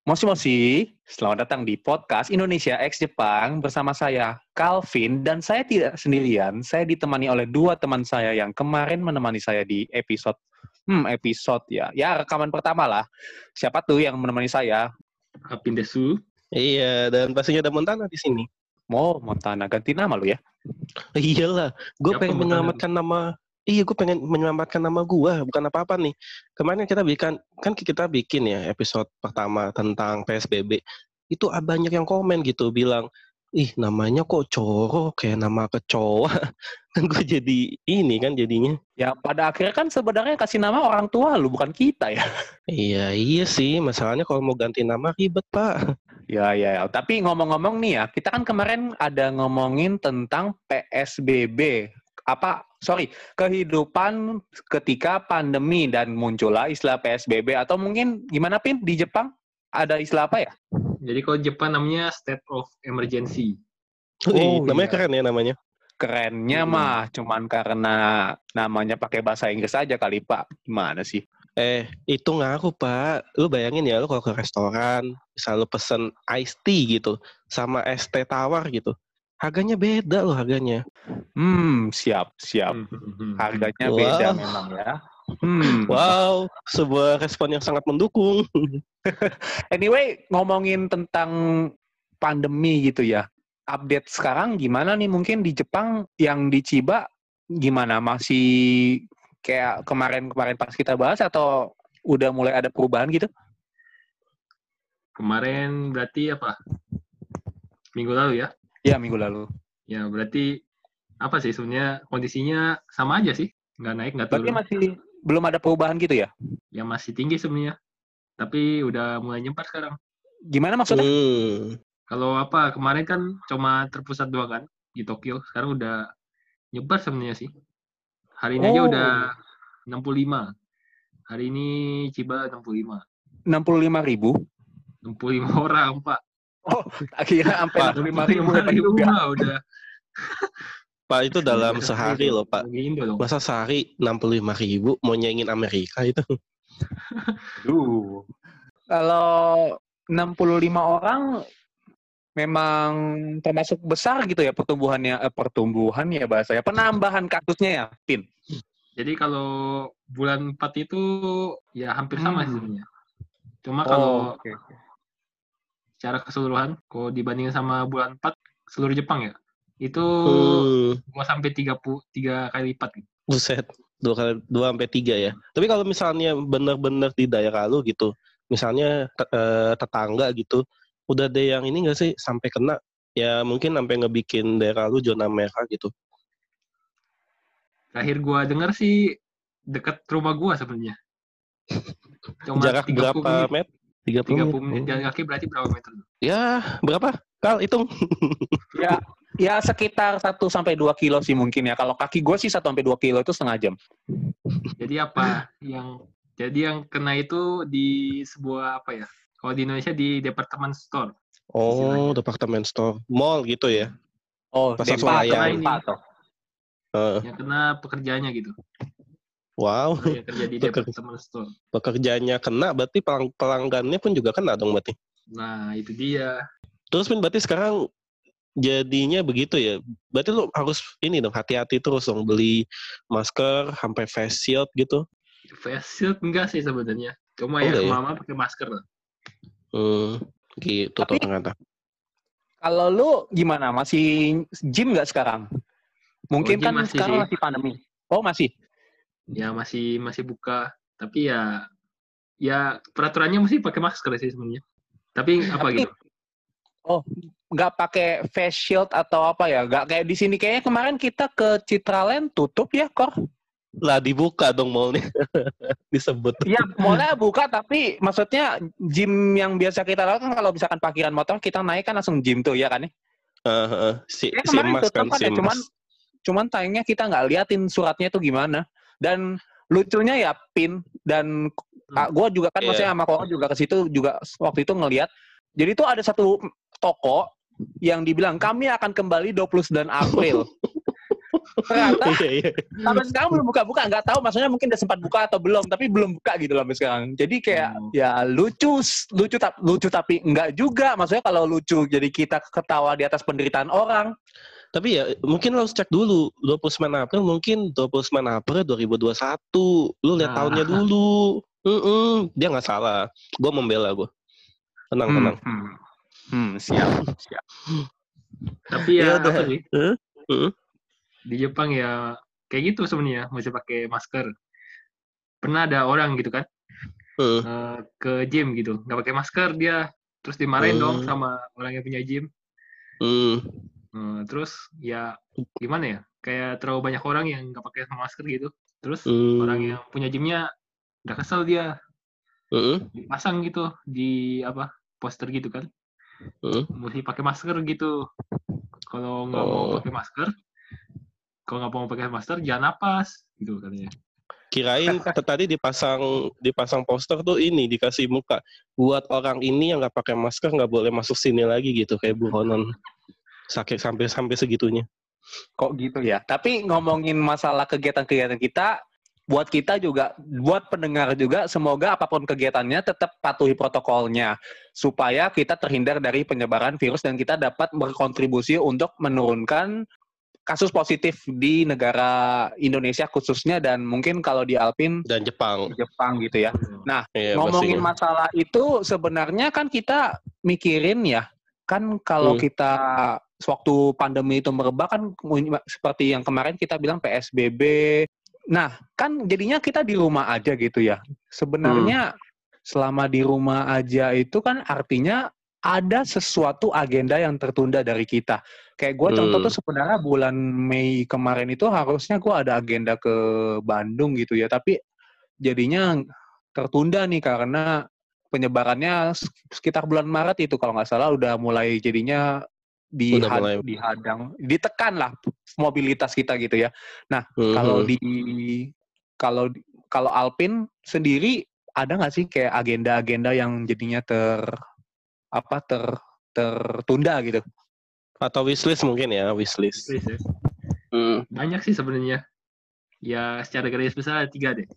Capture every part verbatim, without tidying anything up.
Moshi Moshi, selamat datang di podcast Indonesia X Jepang bersama saya Calvin dan saya tidak sendirian. Saya ditemani oleh dua teman saya yang kemarin menemani saya di episode, hmm episode ya, ya rekaman pertama lah. Siapa tuh yang menemani saya? Apin Desu. Iya, dan pastinya ada Montana di sini. Mau Montana ganti nama lu ya? Iyalah, gue Siapa pengen Montana? menyelamatkan nama. Iya, gue pengen menyelamatkan nama gue, bukan apa-apa nih. Kemarin kita bikin, kan kita bikin ya episode pertama tentang P S B B. Itu ah, banyak yang komen gitu, bilang, ih namanya kok Coro, kayak nama kecoa. Kan gue jadi ini kan jadinya. Ya pada akhirnya kan sebenarnya kasih nama orang tua lu, bukan kita ya. Iya, iya sih. Masalahnya kalau mau ganti nama ribet, Pak. Ya, ya, ya. Tapi ngomong-ngomong nih ya, kita kan kemarin ada ngomongin tentang P S B B. Apa, sorry, kehidupan ketika pandemi dan muncullah istilah P S B B. Atau mungkin gimana, Pin? Di Jepang ada istilah apa ya? Jadi kalau Jepang namanya State of Emergency. Wih, Oh, namanya iya. keren ya namanya. Kerennya Hmm. mah cuman karena namanya pakai bahasa Inggris aja kali, Pak. Gimana sih? Eh, itu ngaruh, Pak. Lu bayangin ya, lu kalau ke restoran, bisa lu pesen iced tea gitu, sama es teh tawar gitu. Harganya beda loh harganya. Hmm, siap, siap. Hmm. Harganya Wow. beda memang ya. Hmm. Wow, sebuah respon yang sangat mendukung. Anyway, ngomongin tentang pandemi gitu ya. Update sekarang gimana nih? Mungkin di Jepang yang di Chiba gimana? Masih kayak kemarin-kemarin pas kita bahas atau udah mulai ada perubahan gitu? Kemarin berarti apa? Minggu lalu ya? Ya, minggu lalu. Ya berarti apa sih sebenarnya kondisinya sama aja sih. Nggak naik, nggak Berarti turun. masih belum ada perubahan gitu ya? Ya masih tinggi sebenarnya. Tapi udah mulai nyebar sekarang. Gimana maksudnya? Hmm. Kalau apa, kemarin kan cuma terpusat doang kan di Tokyo. Sekarang udah nyebar sebenarnya sih. Hari ini aja Oh. udah enam puluh lima. Hari ini Chiba enam puluh lima. enam puluh lima ribu? enam puluh lima orang, Pak. Oh, akhirnya sampai enam puluh lima ribu. enam puluh lima ribu juga. mah udah. Pak, itu dalam sehari loh, Pak. Lagi Indo dong. Masa sehari enam puluh lima ribu mau nyaingin Amerika itu? Duh. Kalau enam puluh lima orang memang termasuk besar gitu ya pertumbuhannya, eh, pertumbuhan ya bahasanya, penambahan kasusnya ya, Pin. Jadi kalau bulan empat itu ya hampir sama Hmm. sih sebenarnya. Cuma kalau Oh, oke. secara keseluruhan, kalau dibandingin sama bulan empat seluruh Jepang ya, itu Hmm, dua sampai tiga puluh tiga kali lipat gitu. buset. Dua kali dua sampai tiga ya. Tapi kalau misalnya benar-benar di daerah lu gitu, misalnya te- eh, tetangga gitu, udah ada yang ini nggak sih sampai kena? Ya mungkin sampai ngebikin daerah lu zona merah gitu. Terakhir gua dengar sih dekat rumah gua sebenarnya. Cuma Jarak tiga puluh berapa menit. met? tiga puluh tiga menit. puluh menit jalan kaki berarti berapa meter? Ya, berapa? Kal, hitung. Ya, ya sekitar satu sampai dua kilo sih mungkin ya. Kalau kaki gue sih satu sampai dua kilo itu setengah jam. Jadi apa yang jadi yang kena itu di sebuah apa ya? Kalau di Indonesia di department store. Oh, Istilahnya. departemen store. Mall gitu ya. Oh, Pasar Dempa, Senayan. Dempa toh. Eh, Yang kena pekerjaannya gitu. wow, Nah, yang kerja di Peker- department store. pekerjaannya kena, berarti pelang- pelanggannya pun juga kena dong berarti. Nah, itu dia. Terus Pin, berarti sekarang jadinya begitu ya. Berarti lu harus ini dong, hati-hati terus dong beli masker sampai face shield gitu. Face shield enggak sih sebenarnya. Cuma Oh, ya enggak ya? kemana-mana pakai masker lah. Hmm, gitu Tapi- tuh ternyata. Kalau lu gimana? Masih gym nggak sekarang? Mungkin Oh, gym kan masih sekarang sih. masih pandemi. Oh, masih? Ya masih masih buka. Tapi ya ya peraturannya mesti pakai masker sih sebenarnya. Tapi apa Tapi- gitu? Oh, nggak pakai face shield atau apa ya? Nggak kayak di sini kayaknya kemarin kita ke Citraland tutup ya, Kor? Lah dibuka dong mallnya. Disebut. Iya, mallnya buka tapi maksudnya gym yang biasa kita lakukan kalau misalkan parkiran motor kita naik kan langsung gym tuh ya kan? Eh, eh, si, Ya si kemarin emas tutup kan, kan si ya, cuman emas. cuman tayangnya kita nggak liatin suratnya itu gimana. Dan lucunya ya Pin dan ah, gue juga kan Iya. maksudnya sama Kor juga ke situ juga waktu itu ngelihat. Jadi itu ada satu toko yang dibilang kami akan kembali dua puluh sembilan April. Ternyata Iya, iya. sampai sekarang belum buka-buka, nggak tahu maksudnya mungkin udah sempat buka atau belum, tapi belum buka gitu loh sampai sekarang. Jadi kayak Hmm. ya lucu, lucu tapi lucu tapi enggak juga. Maksudnya kalau lucu jadi kita ketawa di atas penderitaan orang. Tapi ya mungkin lo harus cek dulu dua puluh sembilan April, mungkin dua puluh sembilan April dua ribu dua puluh satu. Lu lihat Nah. tahunnya dulu. Mm-mm. Dia nggak salah. Gue membela gue. Tenang, Hmm, tenang. hmm, hmm, siap, siap. Tapi ya, Ya udah. apa sih? Huh? Hmm? Di Jepang ya kayak gitu sebenarnya, masih pakai masker. Pernah ada orang gitu kan, Hmm. eh, ke gym gitu, nggak pakai masker dia, terus dimarahin dong Hmm. sama orang yang punya gym. Hmm. Eh, terus ya gimana ya, kayak terlalu banyak orang yang nggak pakai masker gitu. Terus Hmm. orang yang punya gymnya udah kesel, dia Hmm. dipasang gitu di apa poster gitu kan, Hmm. mesti pakai masker gitu. Kalau nggak mau Oh. pakai masker, kalau nggak mau pakai masker jangan napas gitu katanya. Kirain t- tadi dipasang dipasang poster tuh ini dikasih muka buat orang ini yang nggak pakai masker nggak boleh masuk sini lagi gitu kayak buronan. Sakit sampai sampai segitunya. Kok gitu ya? Tapi ngomongin masalah kegiatan-kegiatan kita, buat kita juga, buat pendengar juga, semoga apapun kegiatannya tetap patuhi protokolnya. Supaya kita terhindar dari penyebaran virus dan kita dapat berkontribusi untuk menurunkan kasus positif di negara Indonesia khususnya dan mungkin kalau di Alpin, Dan Jepang. Jepang gitu ya. Nah, Iya, ngomongin pastinya. masalah itu sebenarnya kan kita mikirin ya, kan kalau Hmm. kita waktu pandemi itu merebak kan seperti yang kemarin kita bilang P S B B. Nah, kan jadinya kita di rumah aja gitu ya. Sebenarnya selama di rumah aja itu kan artinya ada sesuatu agenda yang tertunda dari kita. Kayak gue contoh Hmm. tuh sebenarnya bulan Mei kemarin itu harusnya gue ada agenda ke Bandung gitu ya. Tapi jadinya tertunda nih karena penyebarannya sekitar bulan Maret itu kalau nggak salah udah mulai jadinya Udah dihad, mulai. dihadang, ditekan lah mobilitas kita gitu ya. Nah, Hmm. kalau di kalau kalau Alpin sendiri ada nggak sih kayak agenda-agenda yang jadinya ter apa ter tertunda gitu? Atau wishlist mungkin ya, wishlist. Please, ya. Hmm. Banyak sih sebenarnya. Ya secara garis besar ada tiga deh.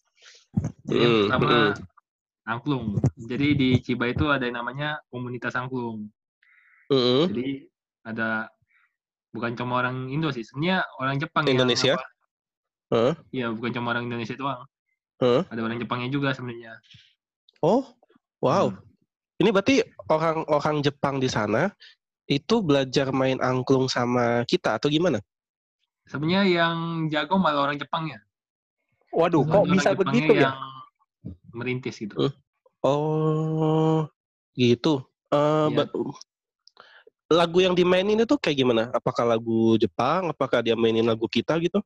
Jadi yang Hmm. pertama Hmm. angklung. Jadi di Chiba itu ada yang namanya komunitas angklung. Hmm. Jadi ada bukan cuma orang Indo sih, sebenarnya orang Jepang Indonesia? yang apa? Huh? Iya, bukan cuma orang Indonesia doang. Huh? Ada orang Jepangnya juga sebenarnya. Oh, wow. Hmm. Ini berarti orang-orang Jepang di sana itu belajar main angklung sama kita atau gimana? Sebenarnya yang jago malah orang Jepangnya. Waduh, Ada kok orang bisa Jepangnya begitu ya? yang merintis gitu. Hmm. Oh, gitu. Uh, Iya. ba- lagu yang dimainin itu kayak gimana? Apakah lagu Jepang? Apakah dia mainin lagu kita gitu?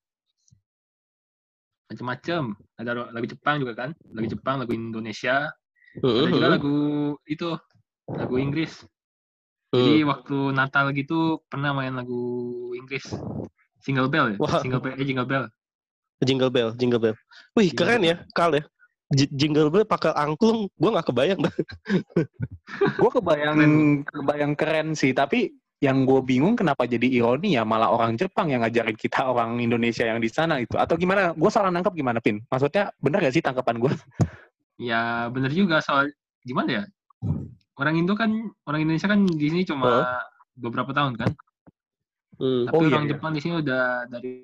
Macam-macam. Ada lagu Jepang juga kan, lagu Jepang, lagu Indonesia. Hmm. Ada juga Hmm. lagu itu, lagu Inggris. Jadi Hmm. waktu Natal gitu pernah main lagu Inggris. Single Bell ya? Wah. Single Bell, eh, Jingle Bell. Jingle Bell, Jingle Bell. Wih, Jingle keren Bell. ya, Kal ya. J- Jingle Bell pakai angklung, gue nggak kebayang dah. Gue kebayang Keren. kebayang keren sih, tapi yang gue bingung kenapa jadi ironi ya malah orang Jepang yang ngajarin kita orang Indonesia yang di sana itu atau gimana? Gue salah nangkep gimana, Pin? Maksudnya benar gak sih tangkapan gue? Ya bener juga, soal gimana ya? Orang Indo kan, orang Indonesia kan di sini cuma Huh? beberapa tahun kan. Hmm. Tapi Oh, iya, orang iya. Jepang di sini udah dari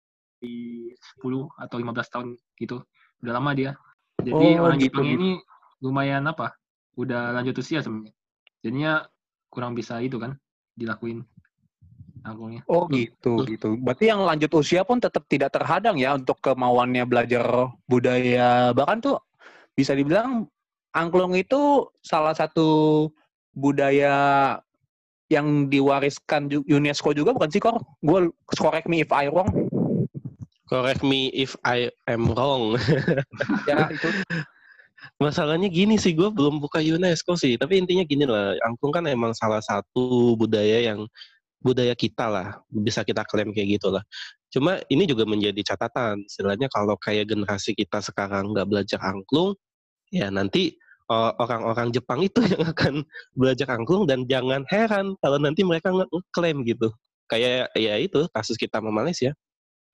sepuluh atau lima belas tahun gitu. Udah lama dia. Jadi Oh, orang gitu, Jepang gitu. ini lumayan apa? Udah lanjut usia sebenarnya. Jadinya kurang bisa itu kan dilakuin angklungnya. Oh, gitu, gitu. Berarti yang lanjut usia pun tetap tidak terhadang ya untuk kemauannya belajar budaya. Bahkan tuh bisa dibilang angklung itu salah satu budaya yang diwariskan ju- UNESCO juga bukan sih, Kor? Gue correct me if I wrong. Correct me if I am wrong. Ya, itu. Masalahnya gini sih, gue belum buka UNESCO sih. Tapi intinya gini lah, angklung kan emang salah satu budaya yang budaya kita lah, bisa kita klaim kayak gitu lah. Cuma ini juga menjadi catatan, istilahnya kalau kayak generasi kita sekarang nggak belajar angklung, ya nanti uh, orang-orang Jepang itu yang akan belajar angklung dan jangan heran kalau nanti mereka nge- ngeklaim gitu. Kayak ya itu kasus kita sama Malaysia.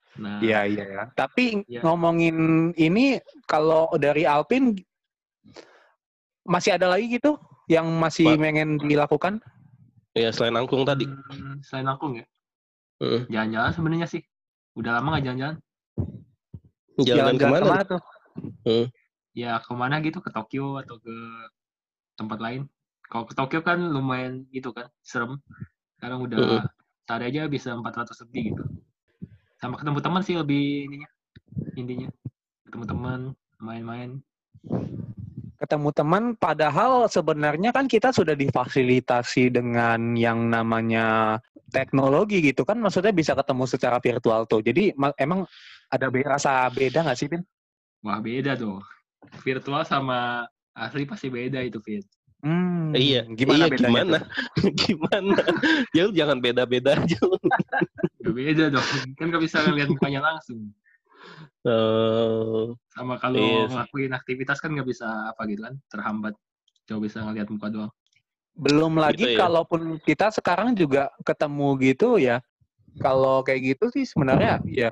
Nah, Iya, iya ya. Tapi ya. ngomongin ini, kalau dari Alpin masih ada lagi gitu yang masih Ma- pengen dilakukan? Ya selain angklung tadi. Hmm, selain angklung ya, Heeh. jalan-jalan sebenarnya sih. Udah lama nggak jalan-jalan. Jalan-jalan Jalan-jalan kemana? kemana tuh? Heeh. Ya kemana gitu, ke Tokyo atau ke tempat lain. Kalau ke Tokyo kan lumayan gitu kan, serem. Sekarang Heeh. udah sehari aja bisa empat ratus lebih gitu. Sama ketemu teman sih lebih ininya, intinya. Ketemu teman, main-main. Ketemu teman, padahal sebenarnya kan kita sudah difasilitasi dengan yang namanya teknologi gitu kan, maksudnya bisa ketemu secara virtual tuh. Jadi ma- emang ada be- rasa beda nggak sih, Pin? Wah beda tuh. Virtual sama asli pasti beda itu, Fit. Hmm, Iya, gimana iya bedanya gimana? tuh? Gimana? Ya lu jangan beda-beda aja. lu. Gak beda dong. Kan gak bisa ngeliat mukanya langsung. Eh, Sama iya kalau sih. ngelakuin aktivitas kan nggak bisa apa gitu kan, terhambat. Coba bisa ngeliat muka doang. Belum Gitu lagi ya. kalaupun kita sekarang juga ketemu gitu ya, kalau kayak gitu sih sebenarnya ya,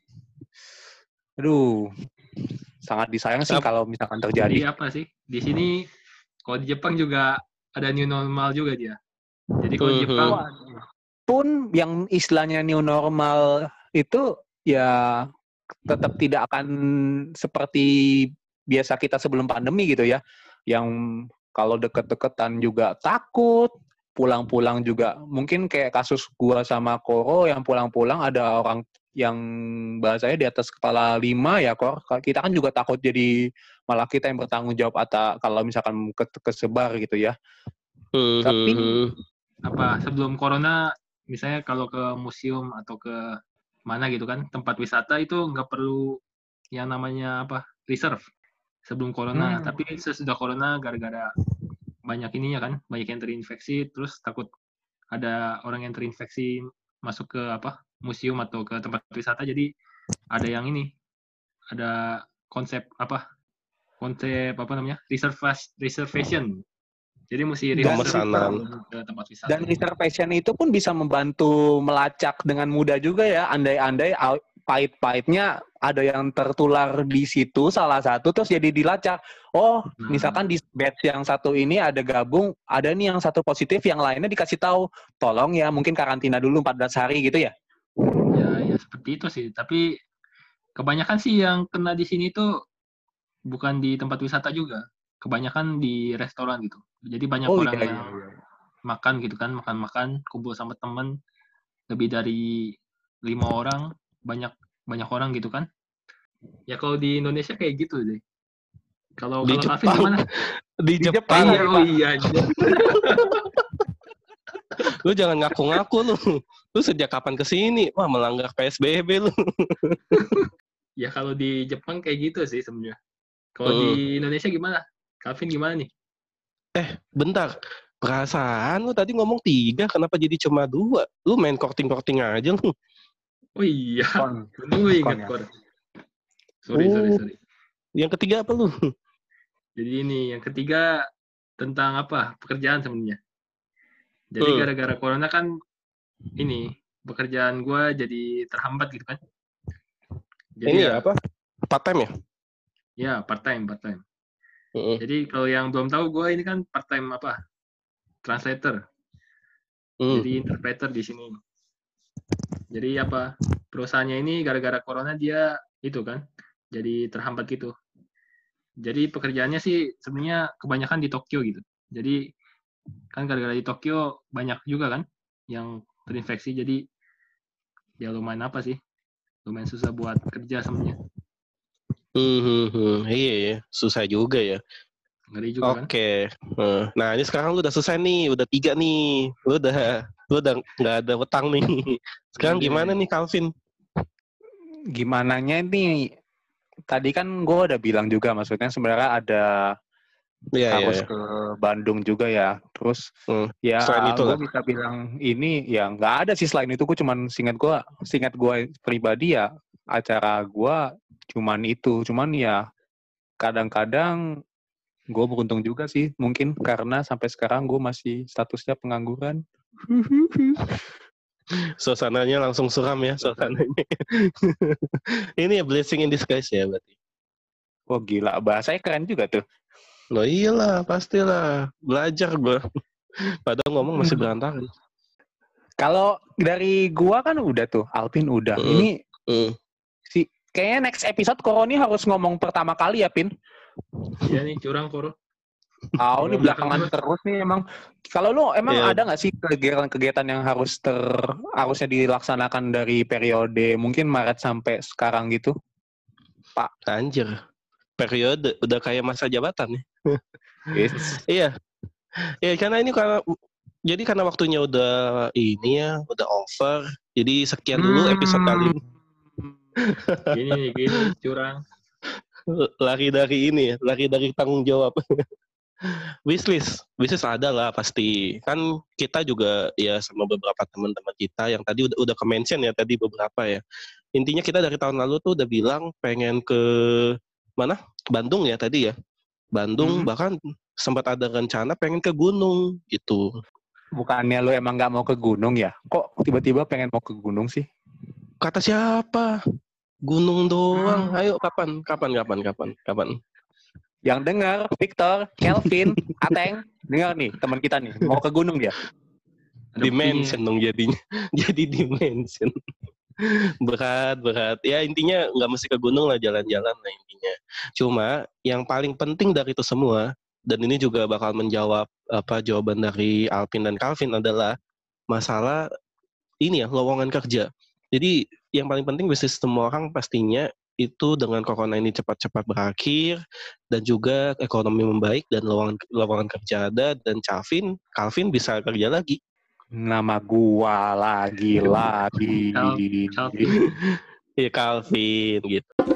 aduh, sangat disayang sih Ap- kalau misalkan Jadi terjadi. apa sih? Di sini kalau di Jepang juga ada new normal juga dia. Jadi kalau di Mhm. Jepang, Pun yang istilahnya new normal itu ya tetap tidak akan seperti biasa kita sebelum pandemi gitu ya. Yang kalau deket-deketan juga takut, pulang-pulang juga mungkin kayak kasus gua sama Koro yang pulang-pulang ada orang yang bahasanya di atas kepala lima ya, Kor. Kita kan juga takut jadi malah kita yang bertanggung jawab atau kalau misalkan ke- kesebar gitu ya. Tapi Mhm. apa sebelum corona, misalnya kalau ke museum atau ke mana gitu kan, tempat wisata itu nggak perlu yang namanya apa reserve sebelum corona. hmm, Tapi sesudah corona gara-gara banyak ininya kan, banyak yang terinfeksi, terus takut ada orang yang terinfeksi masuk ke apa museum atau ke tempat wisata, jadi ada yang ini, ada konsep apa konsep apa namanya reservas reservation, jadi mesti dan reserve Pemesanan. sebelum ke tempat wisata Dan gitu. reservation itu pun bisa membantu melacak dengan mudah juga ya. Andai-andai au- pahit-pahitnya ada yang tertular di situ salah satu terus jadi dilacak. Oh, Nah, misalkan di batch yang satu ini ada gabung, ada nih yang satu positif, yang lainnya dikasih tahu, tolong ya mungkin karantina dulu empat belas hari gitu ya. ya ya seperti itu sih, tapi kebanyakan sih yang kena di sini tuh bukan di tempat wisata juga, kebanyakan di restoran gitu. Jadi banyak Oh orang iya yang iya iya. makan gitu kan, makan-makan kumpul sama temen lebih dari lima orang, banyak banyak orang gitu kan. Ya kalau di Indonesia kayak gitu deh. Kalau Di kalau Calvin Jepang. gimana? Di Di Oh Jepang Jepang. iya, lagi, oh Pak. iya. Anjir. Lu jangan ngaku-ngaku lu. Lu sejak kapan kesini? Wah melanggar P S B B lu. Ya kalau di Jepang kayak gitu sih sebenarnya. Kalau Heeh. di Indonesia gimana? Calvin gimana nih? Bentar. Perasaan lu tadi ngomong tiga, kenapa jadi cuma dua? Lu main korting-korting aja lu. Oh iya, Kon, untung lu kon inget ya. Kor. Sorry, sorry, Oh, sorry. yang ketiga apa lu? Jadi ini yang ketiga tentang apa? Pekerjaan sebenarnya. Jadi Hmm. gara-gara corona kan ini pekerjaan gue jadi terhambat gitu kan. Jadi Ini ya, ya apa? Part time ya? ya part time, part time. Heeh. Jadi kalau yang belum tahu gue ini kan part time apa? Translator. Hmm. Jadi interpreter di sini. Jadi apa? Perusahaannya ini gara-gara corona dia itu kan, jadi terhambat gitu. Jadi pekerjaannya sih sebenarnya kebanyakan di Tokyo gitu. Jadi kan gara-gara di Tokyo banyak juga kan yang terinfeksi. Jadi ya lumayan apa sih? Lumayan susah buat kerja sebenarnya. Hmm, hmm, hmm. Iya ya, susah juga ya. Ngeri juga kan? Oke. Eh, Nah ini sekarang lu udah selesai nih, udah tiga nih. Lu udah, lu udah nggak ada utang nih. Sekarang gimana Udah. nih Calvin? Gimananya nih? Tadi kan gue udah bilang juga, maksudnya sebenarnya ada Iya iya. harus Ya. ke Bandung juga ya. Terus Hmm. ya Selain itu gue lah. bisa bilang ini ya nggak ada sih selain itu. Gue cuman singkat gue, singkat gue pribadi ya acara gue cuman itu. Cuman ya kadang-kadang gue beruntung juga sih mungkin karena sampai sekarang gue masih statusnya pengangguran. Suasananya langsung suram ya, suasananya. Ini ya blessing in disguise ya berarti. Wah gila, bahasanya keren juga tuh. Loh iyalah, pastilah. Belajar gue. Padahal ngomong masih berantakan. Kalau dari gua kan udah tuh, Alpin udah. Mm, Ini mm. si kayaknya next episode Koroni harus ngomong pertama kali ya, Pin. Iya nih, curang Koro. Ah, ini Ngomong belakangan belakang terus nih emang. Kalau lu emang Iya. ada nggak sih kegiatan-kegiatan yang harus ter harusnya dilaksanakan dari periode mungkin Maret sampai sekarang gitu? Anjir. Periode udah kayak masa jabatan nih. Yes. Iya. Iya, karena ini karena jadi karena waktunya udah ini ya, udah over. Jadi sekian dulu episode kali ini. Gini nih, gini curang. Lari dari ini ya, lari dari tanggung jawab. Wishlist, wishlist ada lah pasti. Kan kita juga ya sama beberapa teman-teman kita yang tadi udah udah ke-mention ya tadi beberapa ya. Intinya kita dari tahun lalu tuh udah bilang pengen ke mana? Bandung ya tadi ya. Bandung Hmm. bahkan sempat ada rencana pengen ke gunung gitu. Bukannya lu emang nggak mau ke gunung ya? Kok tiba-tiba pengen mau ke gunung sih? Kata siapa? Gunung doang. Hmm. Ayo kapan? Kapan? Kapan? Kapan? Kapan? Yang dengar, Victor, Kelvin, Ateng, dengar nih teman kita nih mau ke gunung dia. Ada Dimension dong jadinya. Jadi dimension. berat berat ya intinya nggak mesti ke gunung lah, jalan-jalan lah intinya. Cuma yang paling penting dari itu semua, dan ini juga bakal menjawab apa jawaban dari Alpin dan Calvin adalah masalah ini ya, lowongan kerja. Jadi yang paling penting bisnis semua orang pastinya itu dengan corona ini cepat-cepat berakhir dan juga ekonomi membaik dan lowongan lowongan kerja ada, dan Calvin Calvin bisa kerja lagi. Nama gua lagi lagi. Cal- Calvin. Ya Calvin gitu.